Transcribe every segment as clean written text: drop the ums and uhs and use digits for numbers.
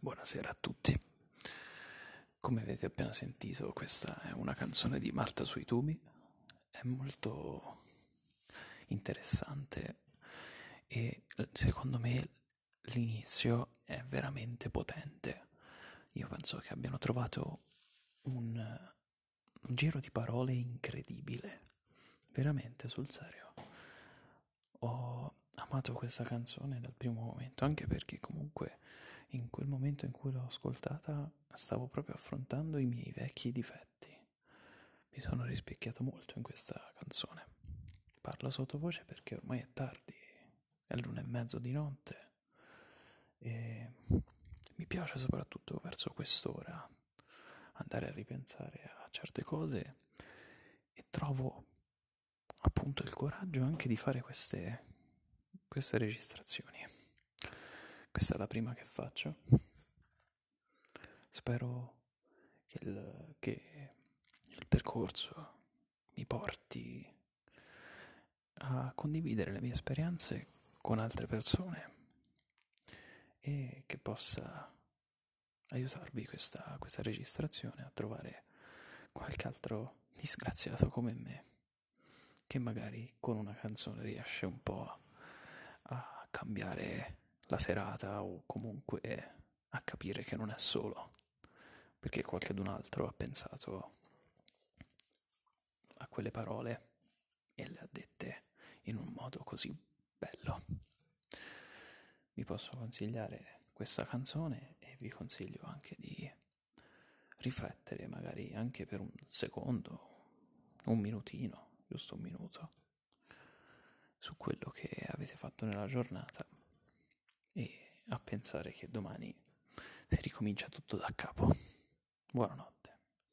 Buonasera a tutti. Come avete appena sentito, questa è una canzone di Marta sui tubi. È molto interessante e secondo me l'inizio è veramente potente. Io penso che abbiano trovato un giro di parole incredibile. Veramente, sul serio. Ho amato questa canzone dal primo momento, anche perché comunque in quel momento in cui l'ho ascoltata stavo proprio affrontando i miei vecchi difetti. Mi sono rispecchiato molto in questa canzone. Parlo sottovoce perché ormai è tardi, è l'1:30 di notte e mi piace soprattutto verso quest'ora andare a ripensare a certe cose e trovo appunto il coraggio anche di fare queste registrazioni. Questa è la prima che faccio. Spero che il percorso mi porti a condividere le mie esperienze con altre persone e che possa aiutarvi questa registrazione a trovare qualche altro disgraziato come me che magari con una canzone riesce un po' a cambiare la serata o comunque a capire che non è solo, perché qualcun altro ha pensato a quelle parole e le ha dette in un modo così bello. Vi posso consigliare questa canzone e vi consiglio anche di riflettere magari anche per un secondo, un minutino, giusto un minuto, su quello che avete fatto nella giornata e a pensare che domani si ricomincia tutto da capo. Buonanotte.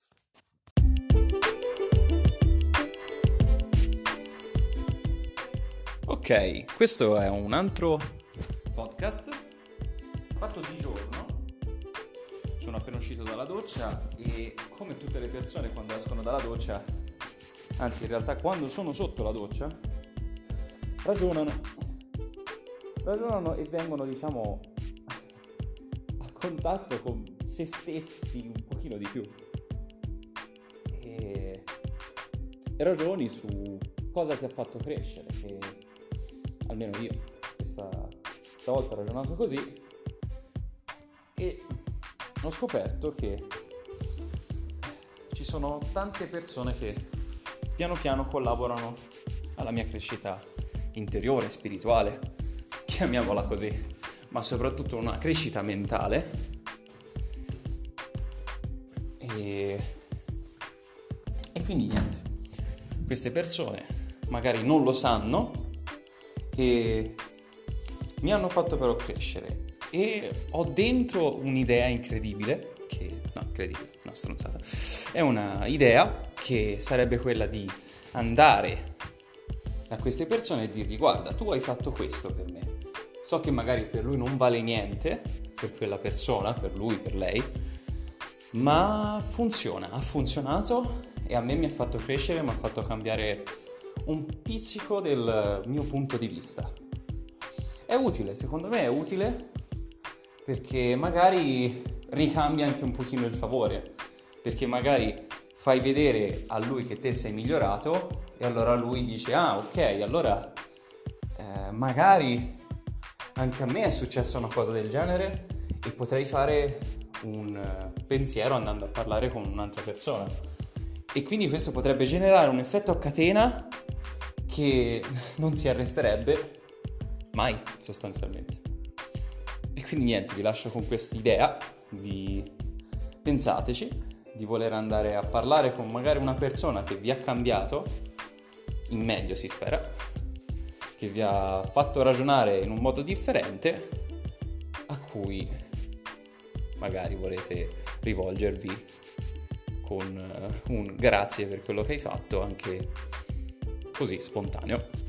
Ok, questo è un altro podcast fatto di giorno. Sono appena uscito dalla doccia e come tutte le persone quando escono dalla doccia, anzi in realtà quando sono sotto la doccia, ragionano e vengono, diciamo, a contatto con se stessi un pochino di più e ragioni su cosa ti ha fatto crescere, che almeno io stavolta ho ragionato così e ho scoperto che ci sono tante persone che piano piano collaborano alla mia crescita interiore, spirituale, chiamiamola così, ma soprattutto una crescita mentale e quindi niente, queste persone magari non lo sanno e mi hanno fatto però crescere e ho dentro un'idea incredibile stronzata, è una idea che sarebbe quella di andare da queste persone e dirgli: guarda, tu hai fatto questo per me, so che magari per lui non vale niente, per quella persona, per lui, per lei, ma ha funzionato e a me mi ha fatto crescere, mi ha fatto cambiare un pizzico del mio punto di vista. È utile, secondo me è utile, perché magari ricambia anche un pochino il favore, perché magari fai vedere a lui che te sei migliorato e allora lui dice: ah, ok, allora magari anche a me è successa una cosa del genere e potrei fare un pensiero andando a parlare con un'altra persona, e quindi questo potrebbe generare un effetto a catena che non si arresterebbe mai, sostanzialmente. E quindi niente, vi lascio con quest'idea di pensateci, di voler andare a parlare con magari una persona che vi ha cambiato, in meglio si spera, che vi ha fatto ragionare in un modo differente, a cui magari volete rivolgervi con un grazie per quello che hai fatto, anche così spontaneo.